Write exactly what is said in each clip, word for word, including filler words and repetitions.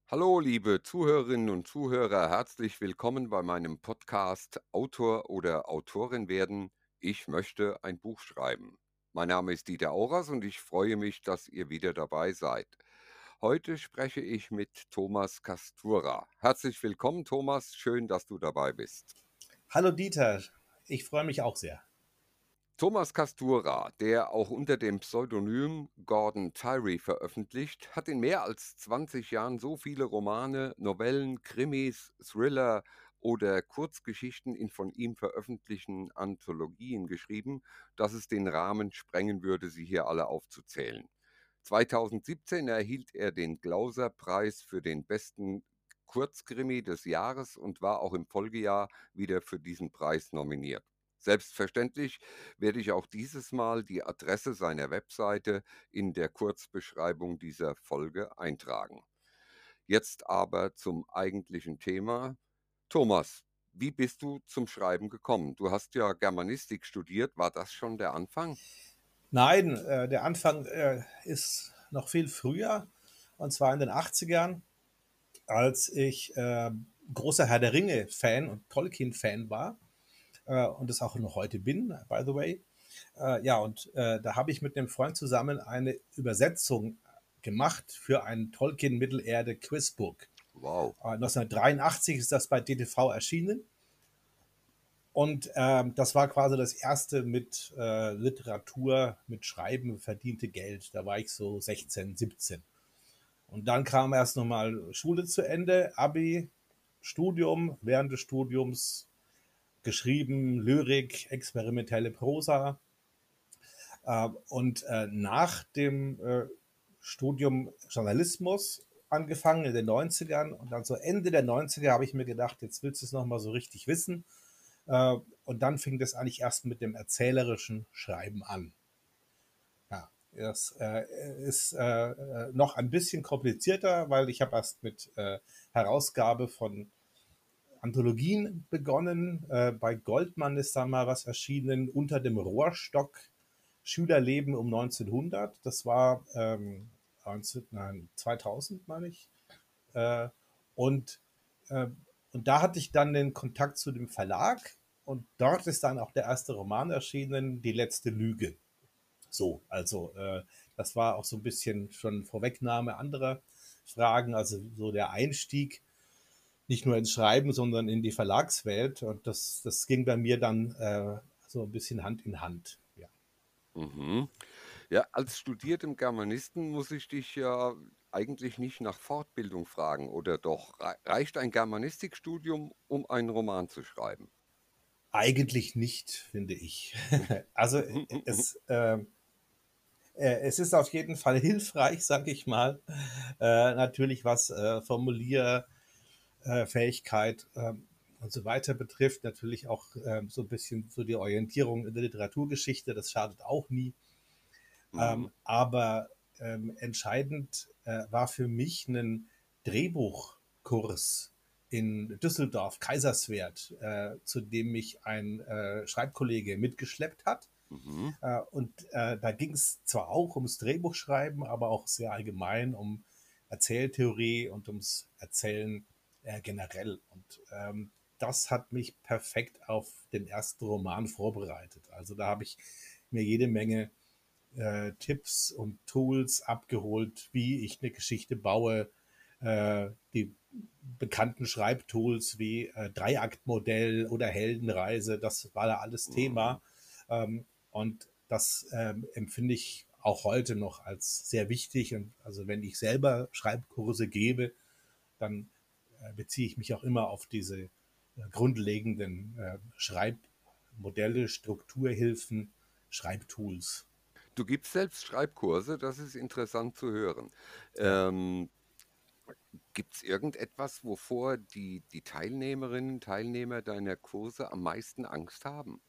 Hallo, liebe Zuhörerinnen und Zuhörer, herzlich willkommen bei meinem Podcast Autor oder Autorin werden. Ich möchte ein Buch schreiben. Mein Name ist Dieter Auras und ich freue mich, dass ihr wieder dabei seid. Heute spreche ich mit Thomas Kastura. Herzlich willkommen, Thomas. Schön, dass du dabei bist. Hallo Dieter, ich freue mich auch sehr. Thomas Kastura, der auch unter dem Pseudonym Gordon Tyree veröffentlicht, hat in mehr als zwanzig Jahren so viele Romane, Novellen, Krimis, Thriller oder Kurzgeschichten in von ihm veröffentlichten Anthologien geschrieben, dass es den Rahmen sprengen würde, sie hier alle aufzuzählen. zweitausendsiebzehn erhielt er den Glauser-Preis für den besten Kurzkrimi des Jahres und war auch im Folgejahr wieder für diesen Preis nominiert. Selbstverständlich werde ich auch dieses Mal die Adresse seiner Webseite in der Kurzbeschreibung dieser Folge eintragen. Jetzt aber zum eigentlichen Thema. Thomas, wie bist du zum Schreiben gekommen? Du hast ja Germanistik studiert. War das schon der Anfang? Nein, äh, der Anfang äh, ist noch viel früher, und zwar in den achtzigern, als ich äh, großer Herr der Ringe-Fan und Tolkien-Fan war äh, und es auch noch heute bin, by the way. Äh, ja, und äh, da habe ich mit einem Freund zusammen eine Übersetzung gemacht für ein Tolkien-Mittelerde-Quizbook. Wow. Äh, neunzehnhundertdreiundachtzig ist das bei D T V erschienen. Und ähm, das war quasi das erste mit äh, Literatur, mit Schreiben verdiente Geld. Da war ich so sechzehn, siebzehn. Und dann kam erst nochmal Schule zu Ende, Abi, Studium, während des Studiums geschrieben, Lyrik, experimentelle Prosa. Äh, und äh, nach dem äh, Studium Journalismus angefangen in den neunzigern. Und dann so Ende der neunziger habe ich mir gedacht, jetzt willst du es nochmal so richtig wissen. Äh, und dann fing das eigentlich erst mit dem erzählerischen Schreiben an. Ja, das äh, ist äh, noch ein bisschen komplizierter, weil ich habe erst mit äh, Herausgabe von Anthologien begonnen. Äh, bei Goldmann ist da mal was erschienen, unter dem Rohrstock, Schülerleben um neunzehnhundert. Das war ähm, neunzehn, nein, zweitausend, meine ich. Äh, und, äh, und da hatte ich dann den Kontakt zu dem Verlag, und dort ist dann auch der erste Roman erschienen, Die letzte Lüge. So, also äh, das war auch so ein bisschen schon Vorwegnahme anderer Fragen, also so der Einstieg nicht nur ins Schreiben, sondern in die Verlagswelt. Und das, das ging bei mir dann äh, so ein bisschen Hand in Hand. Ja. Mhm. Ja, als studiertem Germanisten muss ich dich ja eigentlich nicht nach Fortbildung fragen, oder doch? Rei- Reicht ein Germanistikstudium, um einen Roman zu schreiben? Eigentlich nicht, finde ich. Also es, äh, äh, es ist auf jeden Fall hilfreich, sage ich mal. Äh, natürlich, was äh, Formulierfähigkeit äh, und so weiter betrifft. Natürlich auch äh, so ein bisschen so die Orientierung in der Literaturgeschichte. Das schadet auch nie. Mhm. Ähm, aber ähm, entscheidend äh, war für mich ein Drehbuchkurs in Düsseldorf, Kaiserswerth, äh, zu dem mich ein äh, Schreibkollege mitgeschleppt hat. Mhm. Äh, und äh, da ging es zwar auch ums Drehbuchschreiben, aber auch sehr allgemein um Erzähltheorie und ums Erzählen äh, generell. Und ähm, das hat mich perfekt auf den ersten Roman vorbereitet. Also da habe ich mir jede Menge äh, Tipps und Tools abgeholt, wie ich eine Geschichte baue, äh, die bekannten Schreibtools wie äh, Dreiaktmodell oder Heldenreise, das war da alles Mhm. Thema. Ähm, und das ähm, empfinde ich auch heute noch als sehr wichtig. Und also wenn ich selber Schreibkurse gebe, dann äh, beziehe ich mich auch immer auf diese äh, grundlegenden äh, Schreibmodelle, Strukturhilfen, Schreibtools. Du gibst selbst Schreibkurse, das ist interessant zu hören. Ja. Ähm, Gibt es irgendetwas, wovor die, die Teilnehmerinnen, Teilnehmer deiner Kurse am meisten Angst haben?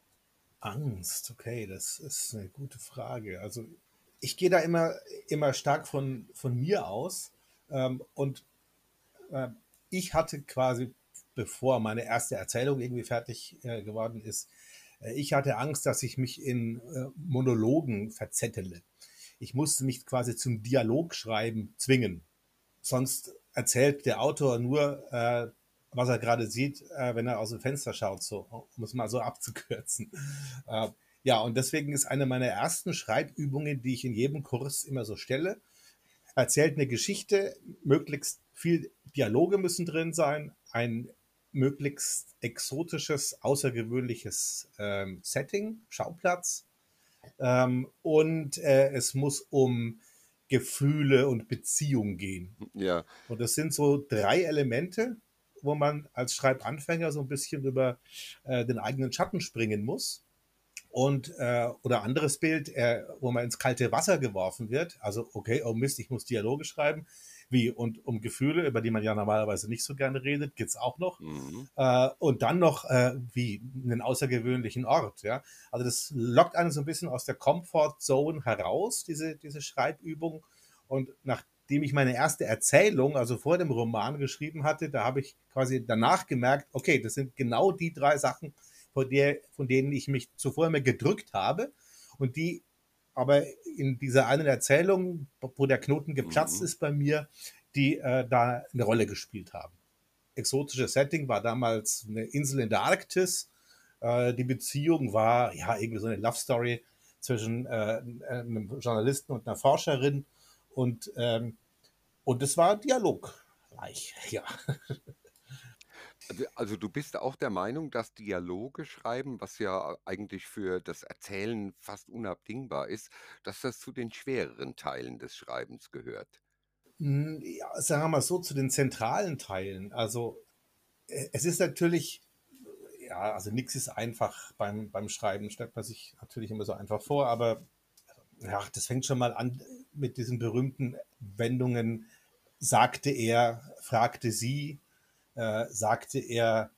Angst, okay, das ist eine gute Frage. Also ich gehe da immer, immer stark von, von mir aus. Ähm, und äh, ich hatte quasi, bevor meine erste Erzählung irgendwie fertig äh, geworden ist, äh, ich hatte Angst, dass ich mich in äh, Monologen verzettele. Ich musste mich quasi zum Dialogschreiben zwingen. Sonst erzählt der Autor nur, äh, was er gerade sieht, äh, wenn er aus dem Fenster schaut, so, um es mal so abzukürzen. Äh, ja, und deswegen ist eine meiner ersten Schreibübungen, die ich in jedem Kurs immer so stelle, erzählt eine Geschichte, möglichst viel Dialoge müssen drin sein, ein möglichst exotisches, außergewöhnliches ähm, Setting, Schauplatz. Ähm, und äh, es muss um Gefühle und Beziehung gehen. Ja. Und das sind so drei Elemente, wo man als Schreibanfänger so ein bisschen über äh, den eigenen Schatten springen muss. Und äh, oder anderes Bild, äh, wo man ins kalte Wasser geworfen wird. Also, okay, oh Mist, ich muss Dialoge schreiben. Wie? Und um Gefühle, über die man ja normalerweise nicht so gerne redet, geht's auch noch. Mhm. Äh, und dann noch äh, wie einen außergewöhnlichen Ort. Ja? Also das lockt einen so ein bisschen aus der Comfort Zone heraus, diese, diese Schreibübung. Und nachdem ich meine erste Erzählung, also vor dem Roman geschrieben hatte, da habe ich quasi danach gemerkt, okay, das sind genau die drei Sachen, von, der, von denen ich mich zuvor immer gedrückt habe und die aber in dieser einen Erzählung, wo der Knoten geplatzt Mhm. ist bei mir, die äh, da eine Rolle gespielt haben. Exotisches Setting war damals eine Insel in der Arktis. Äh, die Beziehung war ja irgendwie so eine Love Story zwischen äh, einem Journalisten und einer Forscherin und ähm, und es war dialogreich, ja. Also also du bist auch der Meinung, dass Dialoge schreiben, was ja eigentlich für das Erzählen fast unabdingbar ist, dass das zu den schwereren Teilen des Schreibens gehört? Hm, ja, sagen wir mal so, zu den zentralen Teilen. Also äh, es ist natürlich, ja, also nichts ist einfach beim, beim Schreiben, stellt man sich natürlich immer so einfach vor, aber ja, das fängt schon mal an mit diesen berühmten Wendungen. Sagte er, fragte sie, äh, sagte er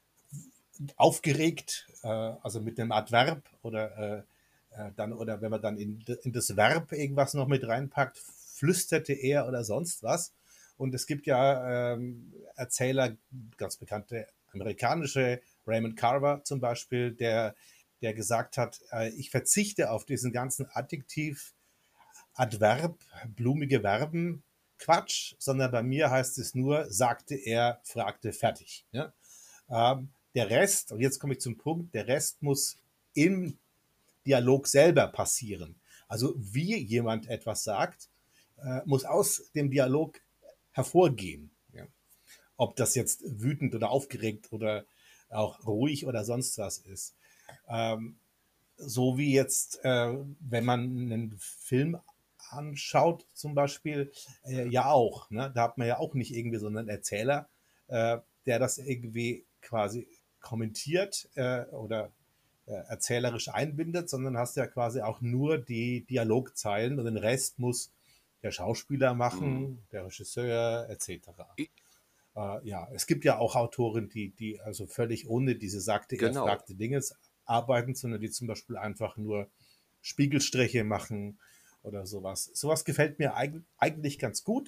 aufgeregt, äh, also mit dem Adverb oder äh, äh, dann, oder wenn man dann in, in das Verb irgendwas noch mit reinpackt, flüsterte er oder sonst was. Und es gibt ja ähm, Erzähler, ganz bekannte amerikanische, Raymond Carver zum Beispiel, der, der gesagt hat, äh, ich verzichte auf diesen ganzen Adjektiv, Adverb, blumige Verben, Quatsch, sondern bei mir heißt es nur, sagte er, fragte, fertig. Ja? Ähm, der Rest, und jetzt komme ich zum Punkt, der Rest muss im Dialog selber passieren. Also wie jemand etwas sagt, äh, muss aus dem Dialog hervorgehen. Ja? Ob das jetzt wütend oder aufgeregt oder auch ruhig oder sonst was ist. Ähm, so wie jetzt, äh, wenn man einen Film anschaut, zum Beispiel, äh, ja auch. Ne? Da hat man ja auch nicht irgendwie so einen Erzähler, äh, der das irgendwie quasi kommentiert äh, oder äh, erzählerisch einbindet, sondern hast ja quasi auch nur die Dialogzeilen und den Rest muss der Schauspieler Mhm. machen, der Regisseur et cetera. I Äh, ja, es gibt ja auch Autoren, die, die also völlig ohne diese sagte, er genau. fragte Dinges arbeiten, sondern die zum Beispiel einfach nur Spiegelstriche machen oder sowas. Sowas gefällt mir eig eigentlich ganz gut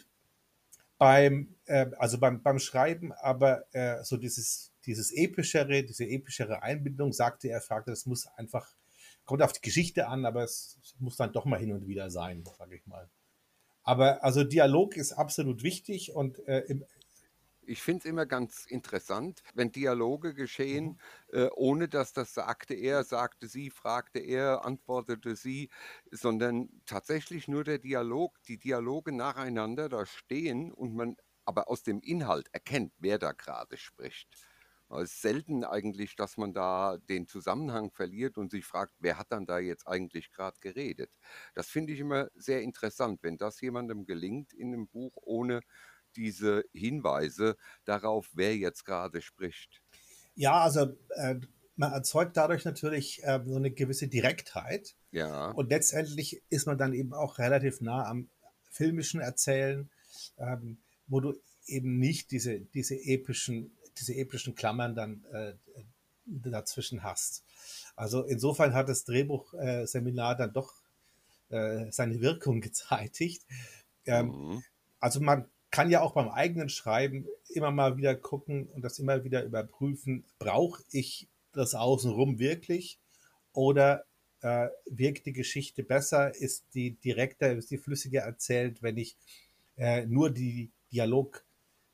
beim, äh, also beim, beim Schreiben, aber äh, so dieses, dieses epischere, diese epischere Einbindung, sagte er, fragte, das muss einfach, kommt auf die Geschichte an, aber es, es muss dann doch mal hin und wieder sein, sage ich mal. Aber also Dialog ist absolut wichtig und äh, im, Ich finde es immer ganz interessant, wenn Dialoge geschehen, mhm. äh, ohne dass das sagte er, sagte sie, fragte er, antwortete sie, sondern tatsächlich nur der Dialog, die Dialoge nacheinander da stehen und man aber aus dem Inhalt erkennt, wer da gerade spricht. Es ist selten eigentlich, dass man da den Zusammenhang verliert und sich fragt, wer hat dann da jetzt eigentlich gerade geredet. Das finde ich immer sehr interessant, wenn das jemandem gelingt in einem Buch, ohne diese Hinweise darauf, wer jetzt gerade spricht. Ja, also äh, man erzeugt dadurch natürlich äh, so eine gewisse Direktheit Ja. und letztendlich ist man dann eben auch relativ nah am filmischen Erzählen, ähm, wo du eben nicht diese, diese epischen, diese epischen Klammern dann äh, dazwischen hast. Also insofern hat das Drehbuchseminar dann doch äh, seine Wirkung gezeitigt. Ähm, Mhm. also man kann ja auch beim eigenen Schreiben immer mal wieder gucken und das immer wieder überprüfen, brauche ich das außenrum wirklich oder äh, wirkt die Geschichte besser, ist die direkter, ist die flüssiger erzählt, wenn ich äh, nur die Dialogzeilen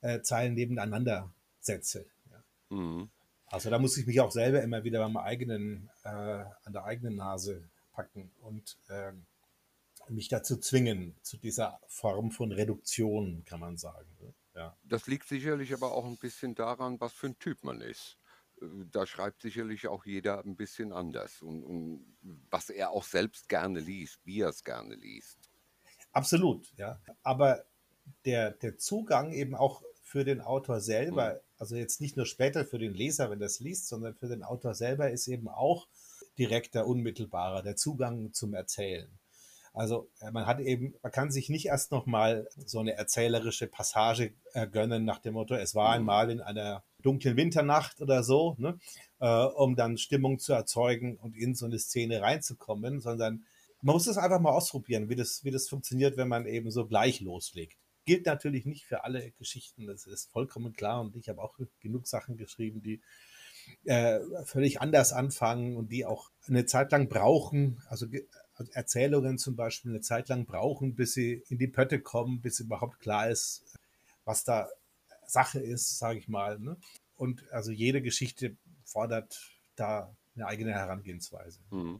äh, Zeilen nebeneinander setze. Ja. Mhm. Also da muss ich mich auch selber immer wieder beim eigenen, äh, an der eigenen Nase packen und äh, mich dazu zwingen, zu dieser Form von Reduktion, kann man sagen. Ne? Ja. Das liegt sicherlich aber auch ein bisschen daran, was für ein Typ man ist. Äh, da schreibt sicherlich auch jeder ein bisschen anders und und was er auch selbst gerne liest, wie er es gerne liest. Absolut, ja. Aber der, der Zugang eben auch für den Autor Mhm. selber, also jetzt nicht nur später für den Leser, wenn er es liest, sondern für den Autor selber ist eben auch direkter, unmittelbarer, der Zugang zum Erzählen. Also äh, man hat eben, man kann sich nicht erst nochmal so eine erzählerische Passage äh, gönnen nach dem Motto, es war Mhm. einmal in einer dunklen Winternacht oder so, ne, äh, um dann Stimmung zu erzeugen und in so eine Szene reinzukommen, sondern man muss es einfach mal ausprobieren, wie das, wie das funktioniert, wenn man eben so gleich loslegt. Gilt natürlich nicht für alle Geschichten, das ist vollkommen klar. Und ich habe auch genug Sachen geschrieben, die äh, völlig anders anfangen und die auch eine Zeit lang brauchen, also also Erzählungen zum Beispiel eine Zeit lang brauchen, bis sie in die Pötte kommen, bis überhaupt klar ist, was da Sache ist, sage ich mal. Ne? Und also jede Geschichte fordert da eine eigene Herangehensweise. Mhm.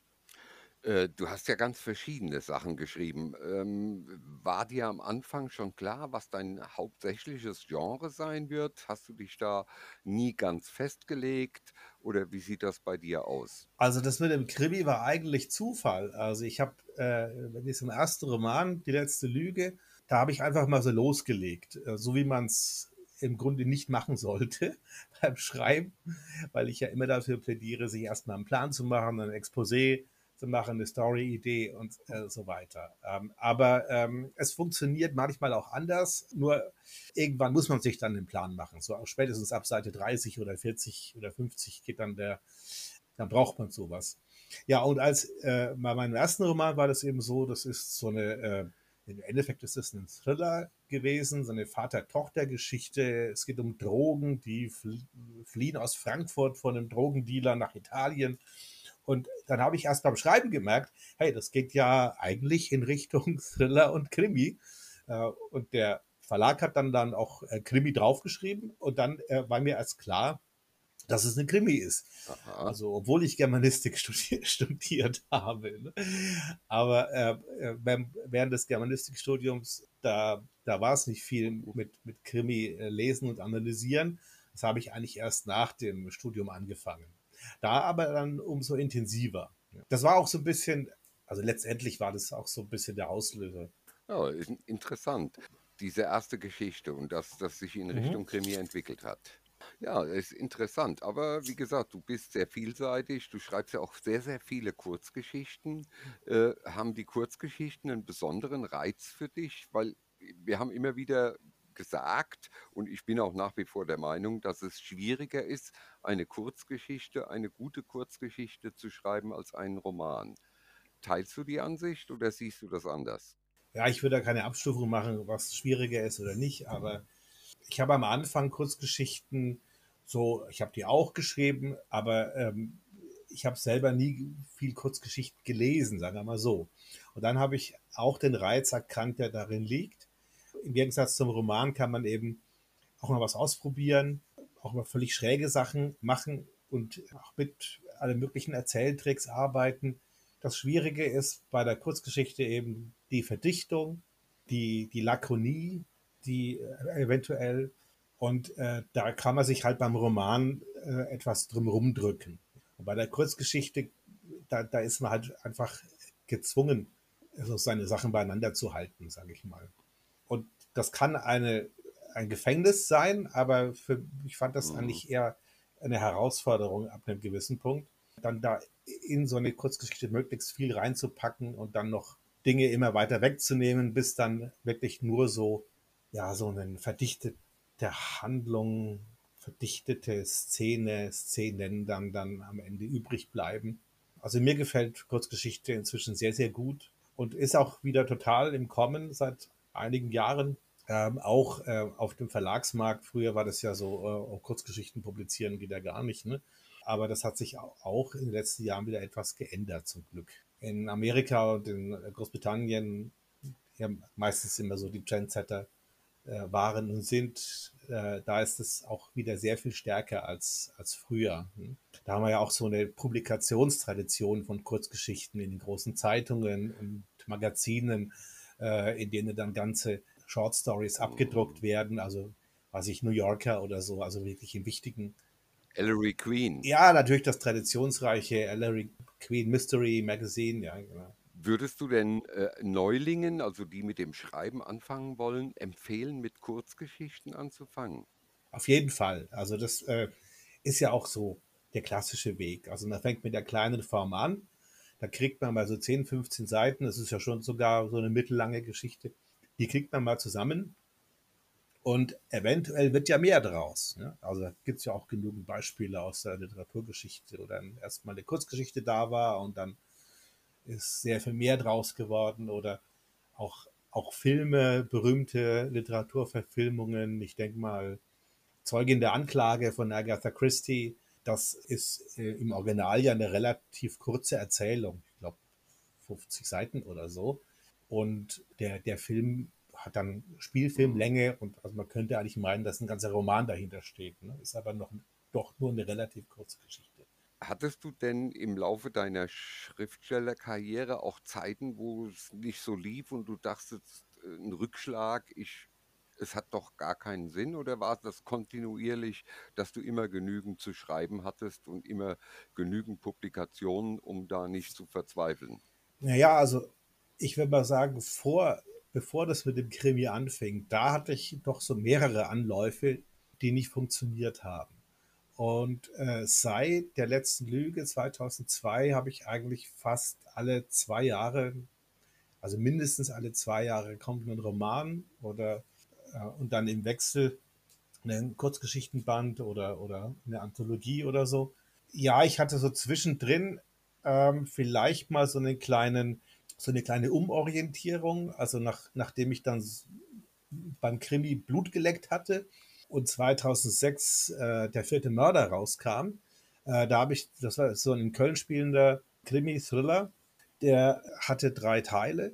Äh, du hast ja ganz verschiedene Sachen geschrieben. Ähm, war dir am Anfang schon klar, was dein hauptsächliches Genre sein wird? Hast du dich da nie ganz festgelegt oder wie sieht das bei dir aus? Also das mit dem Krimi war eigentlich Zufall. Also ich habe, äh, wenn ich so im ersten Roman, Die letzte Lüge, da habe ich einfach mal so losgelegt, äh, so wie man es im Grunde nicht machen sollte beim Schreiben, weil ich ja immer dafür plädiere, sich erstmal einen Plan zu machen, ein Exposé zu machen, eine Story-Idee und äh, so weiter. Ähm, aber ähm, es funktioniert manchmal auch anders, nur irgendwann muss man sich dann den Plan machen. So spätestens ab Seite dreißig oder vierzig oder fünfzig geht dann der, dann braucht man sowas. Ja, und als äh, bei meinem ersten Roman war das eben so, das ist so eine, äh, im Endeffekt ist es ein Thriller gewesen, so eine Vater-Tochter-Geschichte. Es geht um Drogen, die flie fliehen aus Frankfurt von einem Drogendealer nach Italien. Und dann habe ich erst beim Schreiben gemerkt, hey, das geht ja eigentlich in Richtung Thriller und Krimi. Äh, und der Verlag hat dann, dann auch äh, Krimi draufgeschrieben und dann äh, war mir erst klar, dass es eine Krimi ist. Aha. Also, obwohl ich Germanistik studi studiert habe. Ne? Aber äh, äh, während des Germanistikstudiums, da, da war es nicht viel mit, mit Krimi äh, lesen und analysieren. Das habe ich eigentlich erst nach dem Studium angefangen. Da aber dann umso intensiver. Das war auch so ein bisschen, also letztendlich war das auch so ein bisschen der Auslöser. Ja, ist in- interessant. Diese erste Geschichte und dass das sich in Mhm. Richtung Krimi entwickelt hat. Ja, ist interessant. Aber wie gesagt, du bist sehr vielseitig. Du schreibst ja auch sehr, sehr viele Kurzgeschichten. Äh, haben die Kurzgeschichten einen besonderen Reiz für dich? Weil wir haben immer wieder gesagt, und ich bin auch nach wie vor der Meinung, dass es schwieriger ist, eine Kurzgeschichte, eine gute Kurzgeschichte zu schreiben als einen Roman. Teilst du die Ansicht oder siehst du das anders? Ja, ich würde da keine Abstufung machen, was schwieriger ist oder nicht, aber ich habe am Anfang Kurzgeschichten so, ich habe die auch geschrieben, aber ähm, ich habe selber nie viel Kurzgeschichten gelesen, sagen wir mal so. Und dann habe ich auch den Reiz erkannt, der darin liegt. Im Gegensatz zum Roman kann man eben auch mal was ausprobieren, auch mal völlig schräge Sachen machen und auch mit allen möglichen Erzähltricks arbeiten. Das Schwierige ist bei der Kurzgeschichte eben die Verdichtung, die, die Lakonie, die äh, eventuell, und äh, da kann man sich halt beim Roman äh, etwas drum rumdrücken. Und bei der Kurzgeschichte, da, da ist man halt einfach gezwungen, also seine Sachen beieinander zu halten, sage ich mal. Und das kann eine, ein Gefängnis sein, aber für, ich fand das Mhm. eigentlich eher eine Herausforderung ab einem gewissen Punkt, dann da in so eine Kurzgeschichte möglichst viel reinzupacken und dann noch Dinge immer weiter wegzunehmen, bis dann wirklich nur so, ja, so eine verdichtete Handlung, verdichtete Szene, Szenen dann, dann am Ende übrig bleiben. Also mir gefällt Kurzgeschichte inzwischen sehr, sehr gut und ist auch wieder total im Kommen seit einigen Jahren. Ähm, auch äh, auf dem Verlagsmarkt. Früher war das ja so, äh, Kurzgeschichten publizieren geht ja gar nicht. Ne? Aber das hat sich auch in den letzten Jahren wieder etwas geändert, zum Glück. In Amerika und in Großbritannien, ja, meistens immer so die Trendsetter, äh, waren und sind, äh, da ist es auch wieder sehr viel stärker als, als früher. Hm. Da haben wir ja auch so eine Publikationstradition von Kurzgeschichten in den großen Zeitungen und Magazinen, äh, in denen dann ganze Short Stories abgedruckt Mhm. werden, also was ich New Yorker oder so, also wirklich in wichtigen. Ellery Queen. Ja, natürlich das traditionsreiche Ellery Queen Mystery Magazine, ja, genau. Würdest du denn äh, Neulingen, also die mit dem Schreiben anfangen wollen, empfehlen, mit Kurzgeschichten anzufangen? Auf jeden Fall. Also das äh, ist ja auch so der klassische Weg. Also man fängt mit der kleinen Form an, da kriegt man mal so zehn, fünfzehn Seiten, das ist ja schon sogar so eine mittellange Geschichte, die kriegt man mal zusammen und eventuell wird ja mehr draus. Ne? Also da gibt es ja auch genügend Beispiele aus der Literaturgeschichte, wo dann erstmal eine Kurzgeschichte da war und dann ist sehr viel mehr draus geworden oder auch, auch Filme, berühmte Literaturverfilmungen. Ich denke mal, Zeugin der Anklage von Agatha Christie, das ist äh, im Original ja eine relativ kurze Erzählung. Ich glaube, fünfzig Seiten oder so. Und der, der Film hat dann Mhm. Spielfilmlänge und also man könnte eigentlich meinen, dass ein ganzer Roman dahinter steht. Ne? Ist aber noch doch nur eine relativ kurze Geschichte. Hattest du denn im Laufe deiner Schriftstellerkarriere auch Zeiten, wo es nicht so lief und du dachtest, äh, ein Rückschlag, ich, es hat doch gar keinen Sinn? Oder war das kontinuierlich, dass du immer genügend zu schreiben hattest und immer genügend Publikationen, um da nicht zu verzweifeln? Naja, also ich würde mal sagen, vor, bevor das mit dem Krimi anfing, da hatte ich doch so mehrere Anläufe, die nicht funktioniert haben. Und äh, seit der letzten Lüge zweitausendzwei habe ich eigentlich fast alle zwei Jahre, also mindestens alle zwei Jahre, kommt ein Roman oder äh, und dann im Wechsel einen Kurzgeschichtenband oder, oder eine Anthologie oder so. Ja, ich hatte so zwischendrin ähm, vielleicht mal so einen kleinen, so eine kleine Umorientierung, also nach, nachdem ich dann beim Krimi Blut geleckt hatte und zweitausendsechs äh, der vierte Mörder rauskam. Äh, da habe ich, das war so ein in Köln spielender Krimi-Thriller, der hatte drei Teile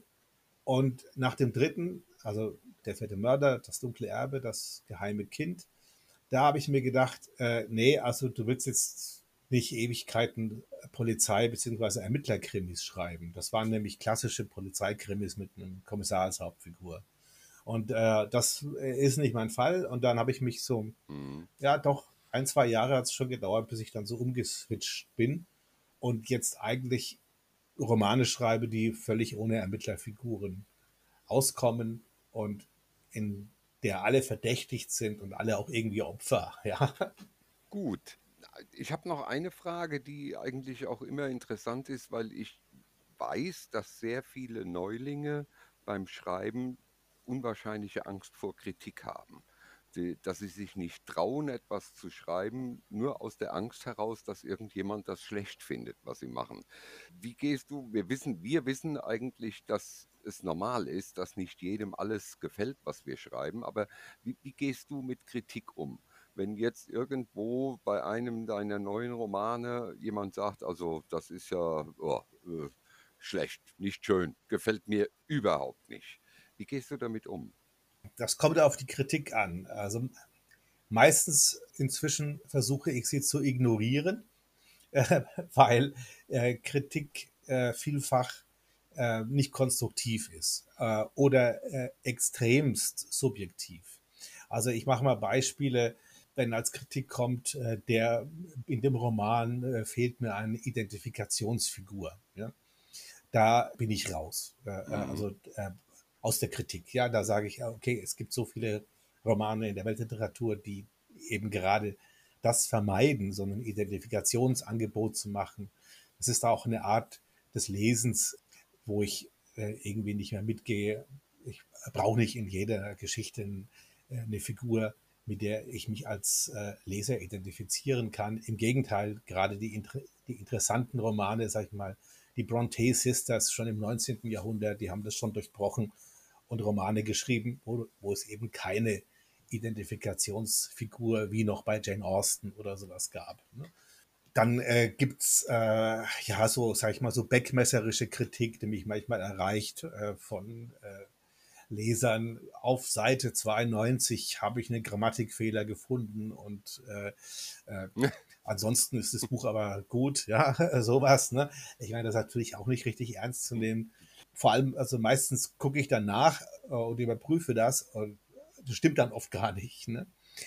und nach dem dritten, also der vierte Mörder, das dunkle Erbe, das geheime Kind, da habe ich mir gedacht, äh, nee, also du willst jetzt nicht Ewigkeiten Polizei- bzw. Ermittlerkrimis schreiben. Das waren nämlich klassische Polizeikrimis mit einem Kommissar als Hauptfigur. Und äh, das ist nicht mein Fall. Und dann habe ich mich so, Mhm. ja doch, ein, zwei Jahre hat es schon gedauert, bis ich dann so umgeswitcht bin und jetzt eigentlich Romane schreibe, die völlig ohne Ermittlerfiguren auskommen und in der alle verdächtigt sind und alle auch irgendwie Opfer. Ja, Gut. Ich habe noch eine Frage, die eigentlich auch immer interessant ist, weil ich weiß, dass sehr viele Neulinge beim Schreiben unwahrscheinliche Angst vor Kritik haben. Sie, dass sie sich nicht trauen, etwas zu schreiben, nur aus der Angst heraus, dass irgendjemand das schlecht findet, was sie machen. Wie gehst du, wir wissen, wir wissen eigentlich, dass es normal ist, dass nicht jedem alles gefällt, was wir schreiben, aber wie, wie gehst du mit Kritik um? Wenn jetzt irgendwo bei einem deiner neuen Romane jemand sagt, also das ist ja oh, äh, schlecht, nicht schön, gefällt mir überhaupt nicht. Wie gehst du damit um? das kommt auf die Kritik an. Also meistens inzwischen versuche ich sie zu ignorieren, äh, weil äh, Kritik äh, vielfach äh, nicht konstruktiv ist äh, oder äh, extremst subjektiv. Also ich mache mal Beispiele, wenn als Kritik kommt, äh, der in dem Roman äh, fehlt mir eine Identifikationsfigur. Ja? Da bin ich raus. Äh, äh, Mhm. also äh, aus der Kritik. Ja, da sage ich, okay, es gibt so viele Romane in der Weltliteratur, die eben gerade das vermeiden, so ein Identifikationsangebot zu machen. Das ist auch eine Art des Lesens, wo ich äh, irgendwie nicht mehr mitgehe. Ich brauche nicht in jeder Geschichte äh, eine Figur, mit der ich mich als äh, Leser identifizieren kann. Im Gegenteil, gerade die, inter die interessanten Romane, sag ich mal, die Bronte Sisters schon im neunzehnten Jahrhundert, die haben das schon durchbrochen und Romane geschrieben, wo, wo es eben keine Identifikationsfigur wie noch bei Jane Austen oder sowas gab. Ne? Dann äh, gibt's äh, ja so, sag ich mal, so beckmesserische Kritik, die mich manchmal erreicht äh, von äh, Lesern, auf Seite zweiundneunzig habe ich einen Grammatikfehler gefunden und äh, äh, ansonsten ist das Buch aber gut, ja, sowas, ne? Ich meine, das ist natürlich auch nicht richtig ernst zu nehmen. Vor allem, also meistens gucke ich dann nach äh, und überprüfe das und das stimmt dann oft gar nicht, ne?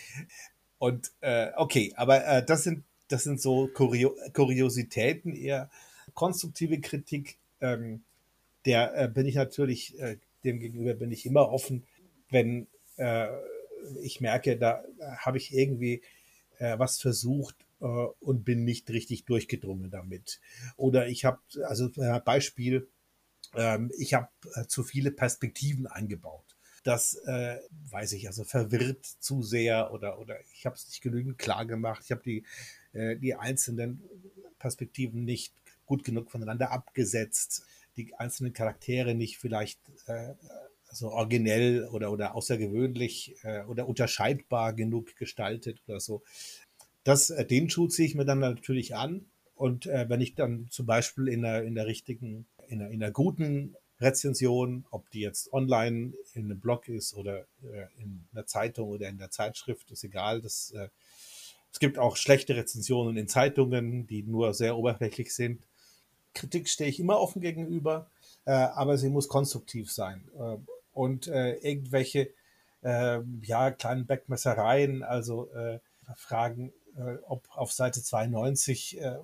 Und äh, okay, aber äh, das sind das sind so Kurio Kuriositäten eher. Konstruktive Kritik, ähm, der äh, bin ich natürlich, äh, dem gegenüber bin ich immer offen, wenn äh, ich merke, da habe ich irgendwie äh, was versucht äh, und bin nicht richtig durchgedrungen damit. Oder ich habe, also äh, Beispiel, ähm, ich habe äh, zu viele Perspektiven eingebaut. Das, äh, weiß ich, also verwirrt zu sehr oder, oder ich habe es nicht genügend klar gemacht. Ich habe die, äh, die einzelnen Perspektiven nicht gut genug voneinander abgesetzt, die einzelnen Charaktere nicht vielleicht äh, so originell oder, oder außergewöhnlich äh, oder unterscheidbar genug gestaltet oder so. Das, äh, den Schuh ziehe ich mir dann natürlich an. Und äh, wenn ich dann zum Beispiel in der, in der richtigen, in der, in der guten Rezension, ob die jetzt online in einem Blog ist oder äh, in einer Zeitung oder in der Zeitschrift, ist egal. Das, äh, es gibt auch schlechte Rezensionen in Zeitungen, die nur sehr oberflächlich sind. Kritik stehe ich immer offen gegenüber, äh, aber sie muss konstruktiv sein. Äh, und äh, irgendwelche äh, ja, kleinen Backmessereien, also äh, Fragen, äh, ob auf Seite zweiundneunzig äh,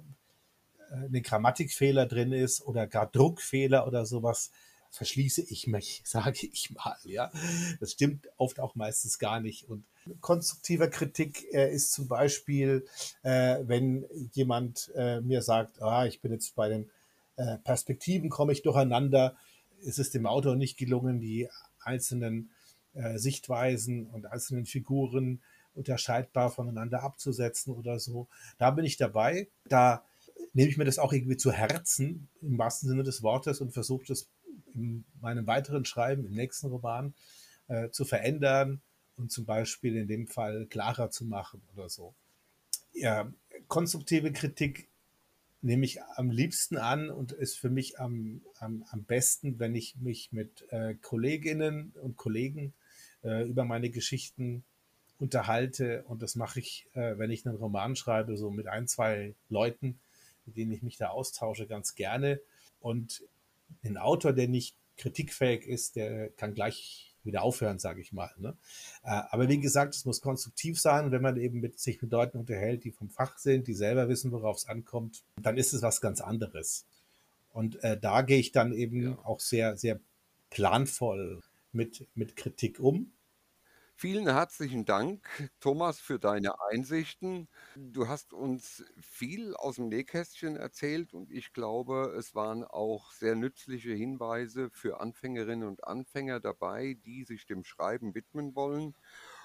ein Grammatikfehler drin ist oder gar Druckfehler oder sowas, verschließe ich mich, sage ich mal. Ja, das stimmt oft auch meistens gar nicht. Und konstruktiver Kritik äh, ist zum Beispiel, äh, wenn jemand äh, mir sagt, ah, ich bin jetzt bei den äh, Perspektiven, komme ich durcheinander, ist es dem Autor nicht gelungen, die einzelnen äh, Sichtweisen und einzelnen Figuren unterscheidbar voneinander abzusetzen oder so. Da bin ich dabei. Da nehme ich mir das auch irgendwie zu Herzen, im wahrsten Sinne des Wortes, und versuche das in meinem weiteren Schreiben, im nächsten Roman, äh, zu verändern und zum Beispiel in dem Fall klarer zu machen oder so. Ja, konstruktive Kritik nehme ich am liebsten an und ist für mich am, am, am besten, wenn ich mich mit äh, Kolleginnen und Kollegen äh, über meine Geschichten unterhalte. Und das mache ich, äh, wenn ich einen Roman schreibe, so mit ein, zwei Leuten, mit denen ich mich da austausche, ganz gerne. Und ein Autor, der nicht kritikfähig ist, der kann gleich wieder aufhören, sage ich mal. Ne? Aber wie gesagt, es muss konstruktiv sein. Und wenn man eben mit, sich mit Leuten unterhält, die vom Fach sind, die selber wissen, worauf es ankommt, dann ist es was ganz anderes. Und äh, da gehe ich dann eben Ja. auch sehr, sehr planvoll mit, mit Kritik um. Vielen herzlichen Dank, Thomas, für deine Einsichten. Du hast uns viel aus dem Nähkästchen erzählt und ich glaube, es waren auch sehr nützliche Hinweise für Anfängerinnen und Anfänger dabei, die sich dem Schreiben widmen wollen.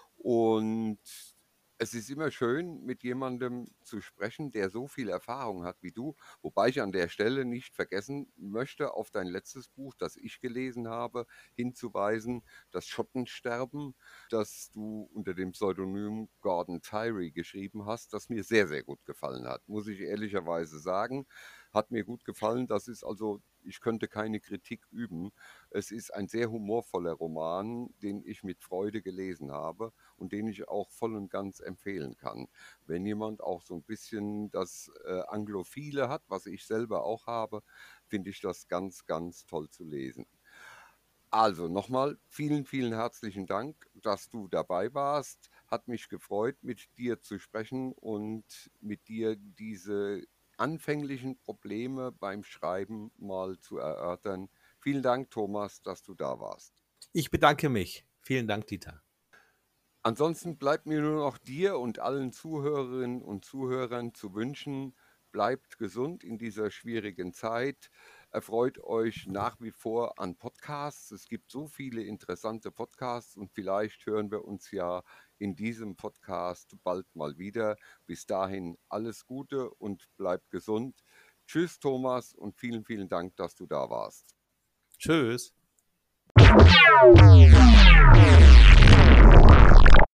Und es ist immer schön, mit jemandem zu sprechen, der so viel Erfahrung hat wie du. Wobei ich an der Stelle nicht vergessen möchte, auf dein letztes Buch, das ich gelesen habe, hinzuweisen, das Schottensterben, das du unter dem Pseudonym Gordon Tyree geschrieben hast, das mir sehr, sehr gut gefallen hat, muss ich ehrlicherweise sagen. Hat mir gut gefallen. Das ist also, ich könnte keine Kritik üben. Es ist ein sehr humorvoller Roman, den ich mit Freude gelesen habe und den ich auch voll und ganz empfehlen kann. Wenn jemand auch so ein bisschen das äh, Anglophile hat, was ich selber auch habe, finde ich das ganz, ganz toll zu lesen. Also nochmal vielen, vielen herzlichen Dank, dass du dabei warst. Hat mich gefreut, mit dir zu sprechen und mit dir diese anfänglichen Probleme beim Schreiben mal zu erörtern. Vielen Dank, Thomas, dass du da warst. Ich bedanke mich. Vielen Dank, Dieter. Ansonsten bleibt mir nur noch dir und allen Zuhörerinnen und Zuhörern zu wünschen, bleibt gesund in dieser schwierigen Zeit. Erfreut euch nach wie vor an Podcasts. Es gibt so viele interessante Podcasts und vielleicht hören wir uns ja in diesem Podcast bald mal wieder. Bis dahin alles Gute und bleibt gesund. Tschüss, Thomas, und vielen, vielen Dank, dass du da warst. Tschüss.